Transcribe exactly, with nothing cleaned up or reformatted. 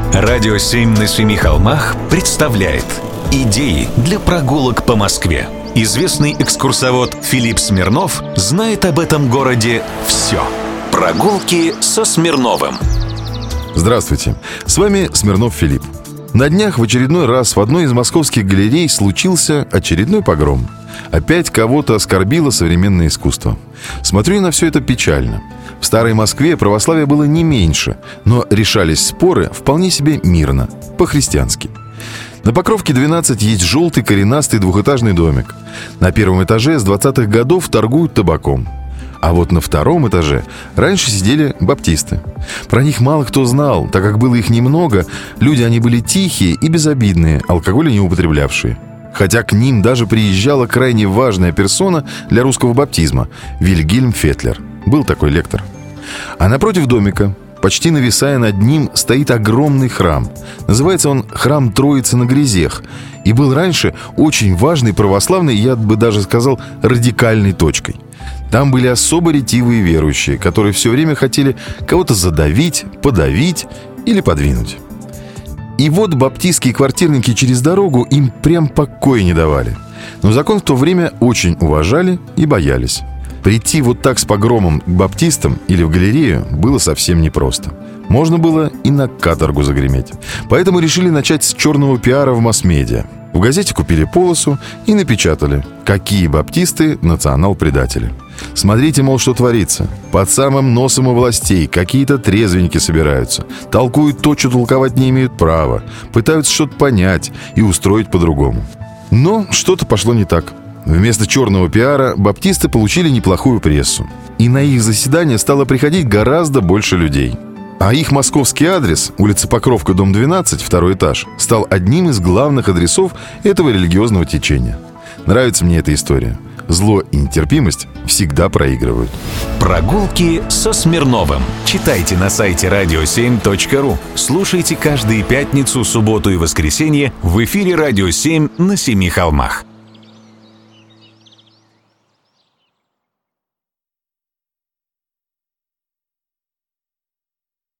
Радио семь на семи холмах представляет идеи для прогулок по Москве. Известный экскурсовод Филипп Смирнов знает об этом городе все. Прогулки со Смирновым. Здравствуйте, с вами Смирнов Филипп. На днях в очередной раз в одной из московских галерей случился очередной погром. Опять кого-то оскорбило современное искусство. Смотрю на все это печально. В старой Москве православие было не меньше, но решались споры вполне себе мирно, по-христиански. На Покровке двенадцать есть желтый коренастый двухэтажный домик. На первом этаже с двадцатых годов торгуют табаком. А вот на втором этаже раньше сидели баптисты. Про них мало кто знал, так как было их немного. Люди они были тихие и безобидные, алкоголя не употреблявшие. Хотя к ним даже приезжала крайне важная персона для русского баптизма – Вильгельм Фетлер. Был такой лектор. А напротив домика, почти нависая над ним, стоит огромный храм. Называется он «Храм Троицы на Грязях». И был раньше очень важной православной, я бы даже сказал, радикальной точкой. Там были особо ретивые верующие, которые все время хотели кого-то задавить, подавить или подвинуть. И вот баптистские квартирники через дорогу им прям покоя не давали. Но закон в то время очень уважали и боялись. Прийти вот так с погромом к баптистам или в галерею было совсем непросто. Можно было и на каторгу загреметь. Поэтому решили начать с черного пиара в масс-медиа. В газете купили полосу и напечатали: какие баптисты национал-предатели. Смотрите, мол, что творится. Под самым носом у властей какие-то трезвенники собираются. Толкуют то, что толковать не имеют права. Пытаются что-то понять и устроить по-другому. Но что-то пошло не так. Вместо черного пиара баптисты получили неплохую прессу. И на их заседания стало приходить гораздо больше людей. А их московский адрес, улица Покровка, дом двенадцать, второй этаж, стал одним из главных адресов этого религиозного течения. Нравится мне эта история. Зло и нетерпимость всегда проигрывают. Прогулки со Смирновым. Читайте на сайте радио семь точка ру. Слушайте каждые пятницу, субботу и воскресенье в эфире «Радио семь» на Семи холмах.